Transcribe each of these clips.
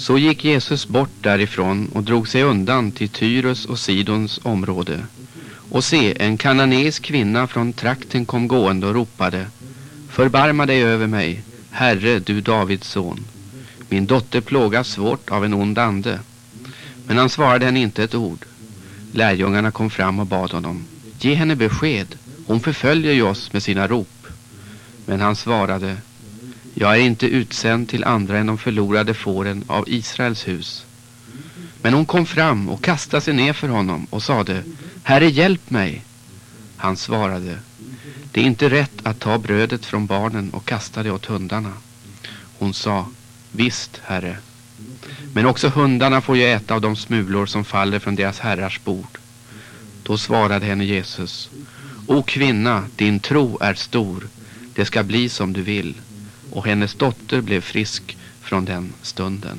Så gick Jesus bort därifrån och drog sig undan till Tyrus och Sidons område. Och se, en kananeisk kvinna från trakten kom gående och ropade: Förbarma dig över mig, Herre, du Davids son. Min dotter plågas svårt av en ond ande. Men han svarade henne inte ett ord. Lärjungarna kom fram och bad honom: Ge henne besked, hon förföljer ju oss med sina rop. Men han svarade: Jag är inte utsänd till andra än de förlorade fåren av Israels hus. Men hon kom fram och kastade sig ner för honom och sade: Herre, hjälp mig. Han svarade: Det är inte rätt att ta brödet från barnen och kasta det åt hundarna. Hon sa: Visst, Herre. Men också hundarna får ju äta av de smulor som faller från deras herrars bord. Då svarade henne Jesus: O kvinna, din tro är stor. Det ska bli som du vill. Och hennes dotter blev frisk från den stunden.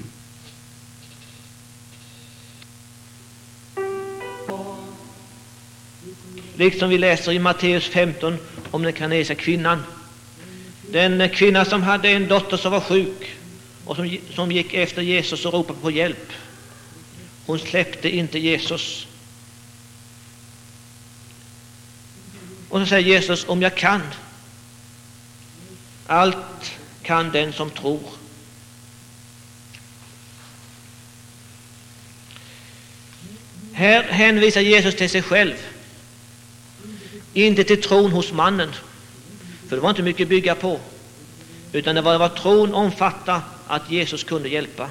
Liksom vi läser i Matteus 15 om den kananeiska kvinnan. Den kvinna som hade en dotter som var sjuk och som gick efter Jesus och ropade på hjälp. Hon släppte inte Jesus. Och så säger Jesus: Om jag kan. Allt kan den som tror. Här hänvisar Jesus till sig själv. Inte till tron hos mannen. För det var inte mycket att bygga på. Utan det var vad tron omfattade att Jesus kunde hjälpa.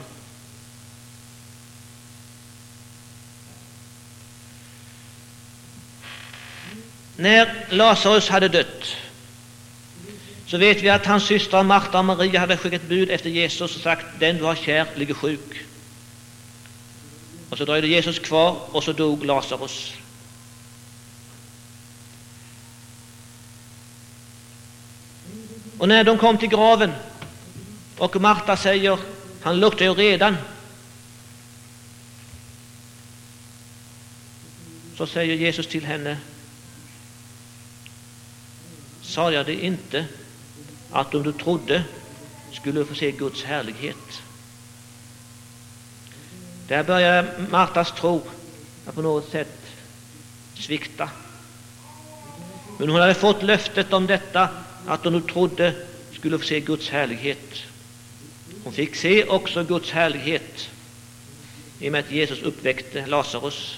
När Lazarus hade dött, så vet vi att hans systrar Marta och Maria hade skickat bud efter Jesus och sagt: Den du har kär ligger sjuk. Och så dröjde Jesus kvar och så dog Lazarus. Och när de kom till graven och Marta säger: Han luktar ju redan. Så säger Jesus till henne: Sa jag det inte att om du trodde skulle du få se Guds härlighet? Där börjar Martas tro att på något sätt svikta. Men hon hade fått löftet om detta, att om du trodde skulle du få se Guds härlighet. Hon fick se också Guds härlighet i och med att Jesus uppväckte Lazarus.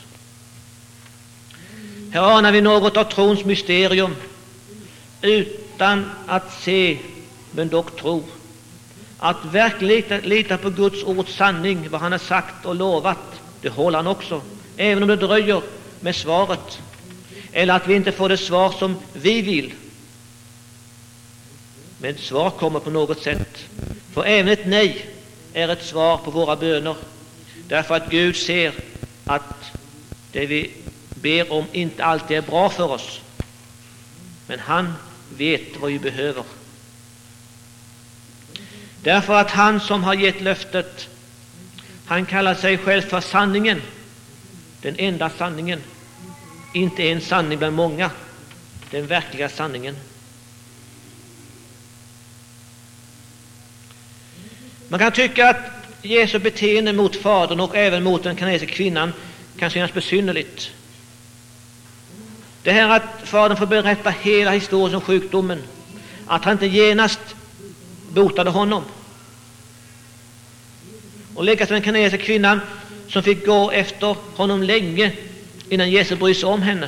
Här anar vi något av trons mysterium. Utan att se, men dock tro. Att verkligen lita på Guds ords sanning, vad han har sagt och lovat, det håller han också. Även om det dröjer med svaret. Eller att vi inte får det svar som vi vill. Men svar kommer på något sätt. För även ett nej är ett svar på våra böner. Därför att Gud ser att det vi ber om inte alltid är bra för oss. Men han vet vad vi behöver. Därför att han som har gett löftet, han kallar sig själv för sanningen. Den enda sanningen. Inte en sanning bland många. Den verkliga sanningen. Man kan tycka att Jesu beteende mot fadern och även mot den kananeiska kvinnan kan synas besynnerligt. Det här att fadern får berätta hela historien om sjukdomen, att han inte genast botade honom. Och likaså den kananeiska kvinnan som fick gå efter honom länge innan Jesus brydde sig om henne.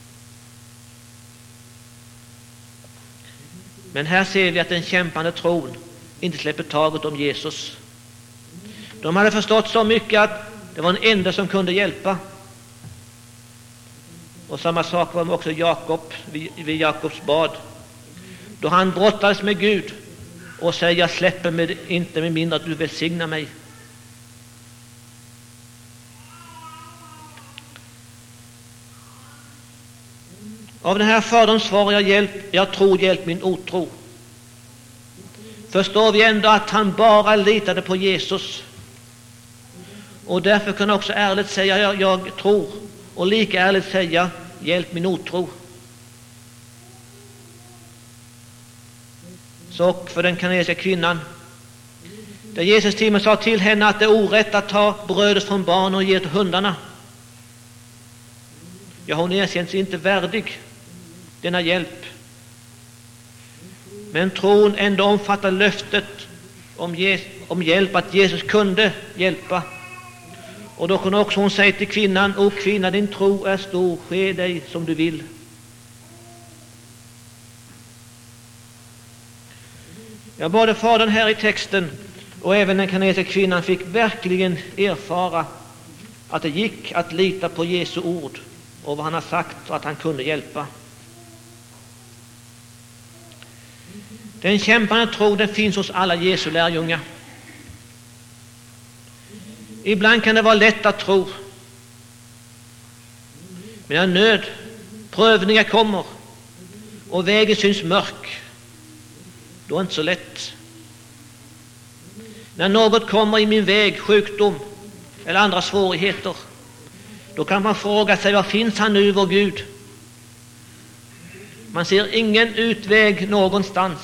Men här ser vi att den kämpande tron inte släpper taget om Jesus. De hade förstått så mycket att det var en enda som kunde hjälpa. Och samma sak var också Jakob vid Jakobs bad. Då han brottades med Gud och säger: Jag släpper mig inte med mindre att du välsignar mig. Av den här faderns svar: jag tror, hjälp min otro. Förstår vi ändå att han bara litade på Jesus. Och därför kan också ärligt säga: jag tror. Och lika ärligt säga: hjälp min otro. Så för den kananeiska kvinnan, Där Jesus till och med sa till henne att det är orätt att ta brödet från barn och ge till hundarna. Ja, hon erkänns inte värdig denna hjälp. Men tron ändå omfattar löftet om hjälp, att Jesus kunde hjälpa. Och då kunde också hon säga till kvinnan: O kvinna, din tro är stor, ske dig som du vill. Ja, både fadern här i texten och även den kanadiska kvinnan fick verkligen erfara att det gick att lita på Jesu ord och vad han har sagt och att han kunde hjälpa. Den kämpande tro, den finns hos alla Jesu lärjungar. Ibland kan det vara lätt att tro, men när nöd, prövningar kommer och vägen syns mörk, då är det inte så lätt. När något kommer i min väg, sjukdom eller andra svårigheter, då kan man fråga sig: var finns han nu, vår Gud? Man ser ingen utväg någonstans.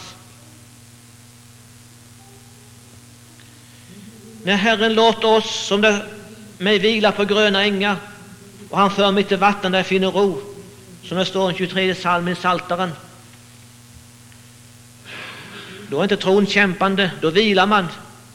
När Herren låter oss som det mig vila på gröna ängar och han för mig till vatten där jag finner ro, som det står i 23 psalmen i Psaltaren, då är inte tron kämpande, då vilar man.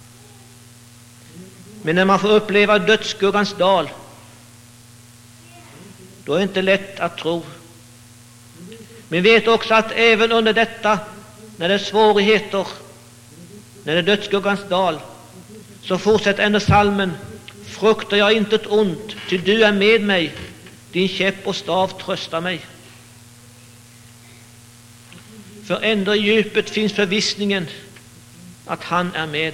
Men när man får uppleva dödsskuggans dal, då är det inte lätt att tro. Men vet också att även under detta, när det är svårigheter, när det är dödsskuggans dal, så fortsätter ändå psalmen: fruktar jag inte ett ont, ty du är med mig, din käpp och stav tröstar mig. För ändå i djupet finns förvissningen att han är med.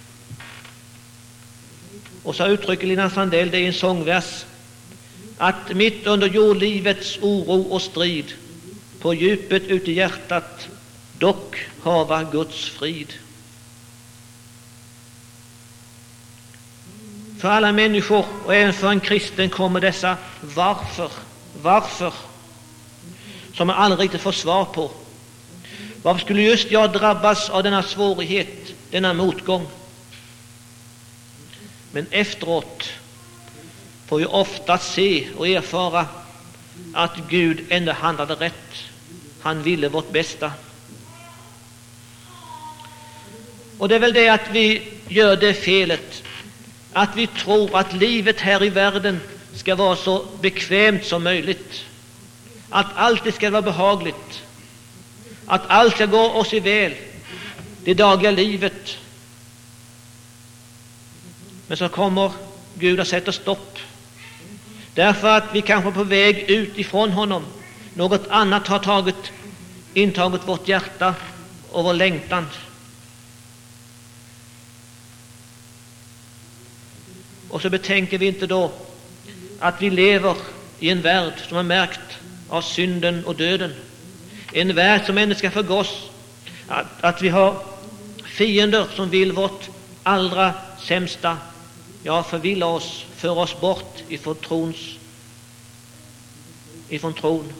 Och så uttrycker Lina Sandell det i en sångvers, att mitt under jordlivets oro och strid, på djupet ut i hjärtat, dock hava Guds frid. För alla människor och även för en kristen kommer dessa varför som man aldrig riktigt får svar på. Varför skulle just jag drabbas av denna svårighet, denna motgång? Men efteråt får vi ofta se och erfara att Gud ändå handlade rätt. Han ville vårt bästa. Och det är väl det att vi gör det felet, att vi tror att livet här i världen ska vara så bekvämt som möjligt, att allt ska vara behagligt, att allt ska gå oss i väl, det dagliga livet. Men så kommer Gud att sätta stopp, därför att vi kanske är på väg ut ifrån honom. Något annat har intagit vårt hjärta och vår längtan. Och så betänker vi inte då att vi lever i en värld som är märkt av synden och döden. En värld som ändå ska förgås. Att vi har fiender som vill vårt allra sämsta. Ja, förvilla oss, för oss bort ifrån tron.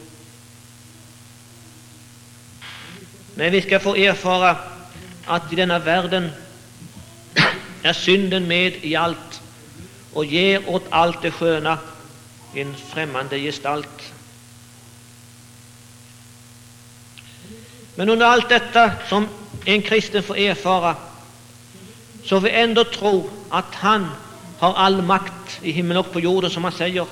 Men vi ska få erfara att i denna världen är synden med i allt och ger åt allt det sköna en främmande gestalt. Men under allt detta som en kristen får erfara, så vi ändå tro att han har all makt i himlen och på jorden, som han säger,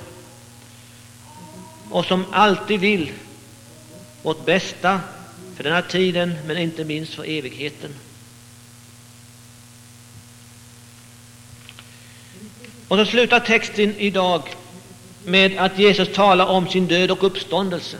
och som alltid vill vårt bästa för denna tiden, men inte minst för evigheten. Och så slutar texten idag med att Jesus talar om sin död och uppståndelse.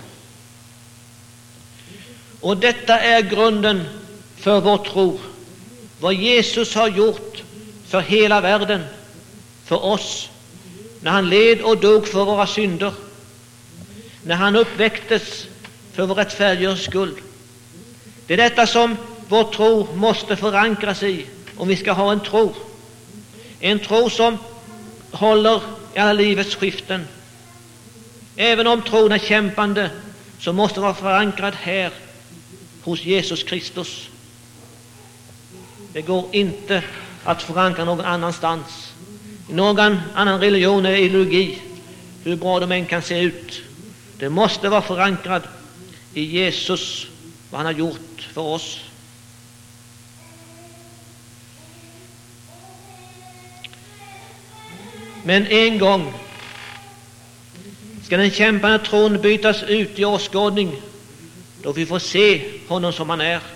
Och detta är grunden för vår tro. Vad Jesus har gjort för hela världen, för oss, när han led och dog för våra synder, när han uppväcktes för vår rättfärdiggörelses skull. Det är detta som vår tro måste förankras i, om vi ska ha en tro. En tro som håller i alla livets skiften. Även om tron är kämpande, så måste vara förankrad här hos Jesus Kristus. Det går inte att förankra någon annanstans, i någon annan religion eller ideologi, hur bra de än kan se ut. Det måste vara förankrad i Jesus, vad han har gjort för oss. Men en gång ska den kämpande tron bytas ut i åskådning, då vi får se honom som han är.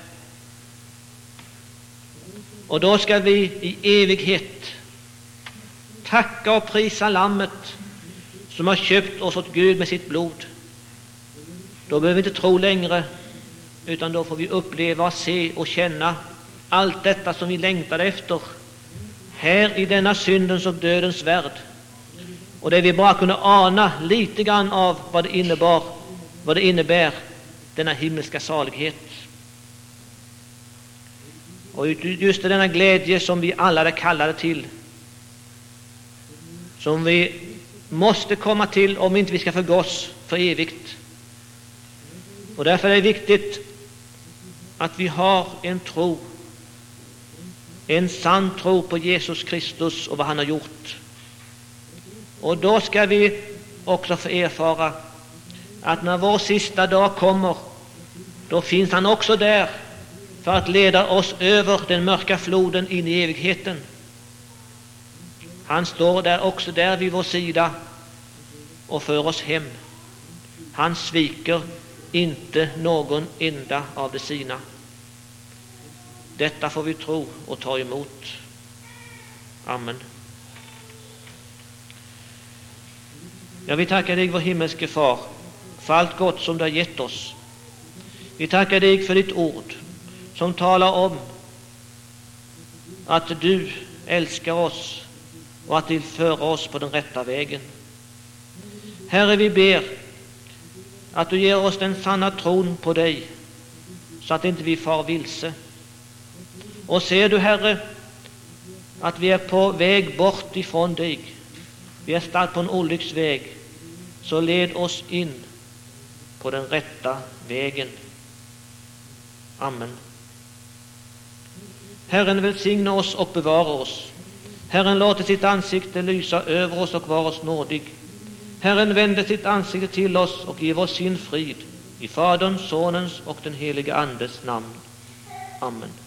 Och då ska vi i evighet tacka och prisa lammet som har köpt oss åt Gud med sitt blod. Då behöver vi inte tro längre, utan då får vi uppleva, se och känna allt detta som vi längtade efter här i denna syndens och dödens värld. Och det vi bara kunde ana lite grann av vad det innebär, denna himmelska salighet. Och just denna glädje som vi alla är kallade till, som vi måste komma till om inte vi ska förgås för evigt. Och därför är det viktigt att vi har en tro, en sann tro på Jesus Kristus och vad han har gjort. Och då ska vi också få erfara att när vår sista dag kommer, då finns han också där för att leda oss över den mörka floden in i evigheten. Han står där också där vid vår sida och för oss hem. Han sviker inte någon enda av de sina. Detta får vi tro och ta emot. Amen. Jag vill tacka dig, vår himmelske far, för allt gott som du har gett oss. Vi tackar dig för ditt ord som talar om att du älskar oss och att du vill föra oss på den rätta vägen. Herre, vi ber att du ger oss den sanna tron på dig, så att inte vi far vilse. Och ser du, Herre, att vi är på väg bort ifrån dig, vi är stad på en olycksväg, så led oss in på den rätta vägen. Amen. Herren välsigna oss och bevara oss. Herren låter sitt ansikte lysa över oss och vara oss nådig. Herren vände sitt ansikte till oss och ger oss sin frid. I Faderns, Sonens och den helige Andes namn. Amen.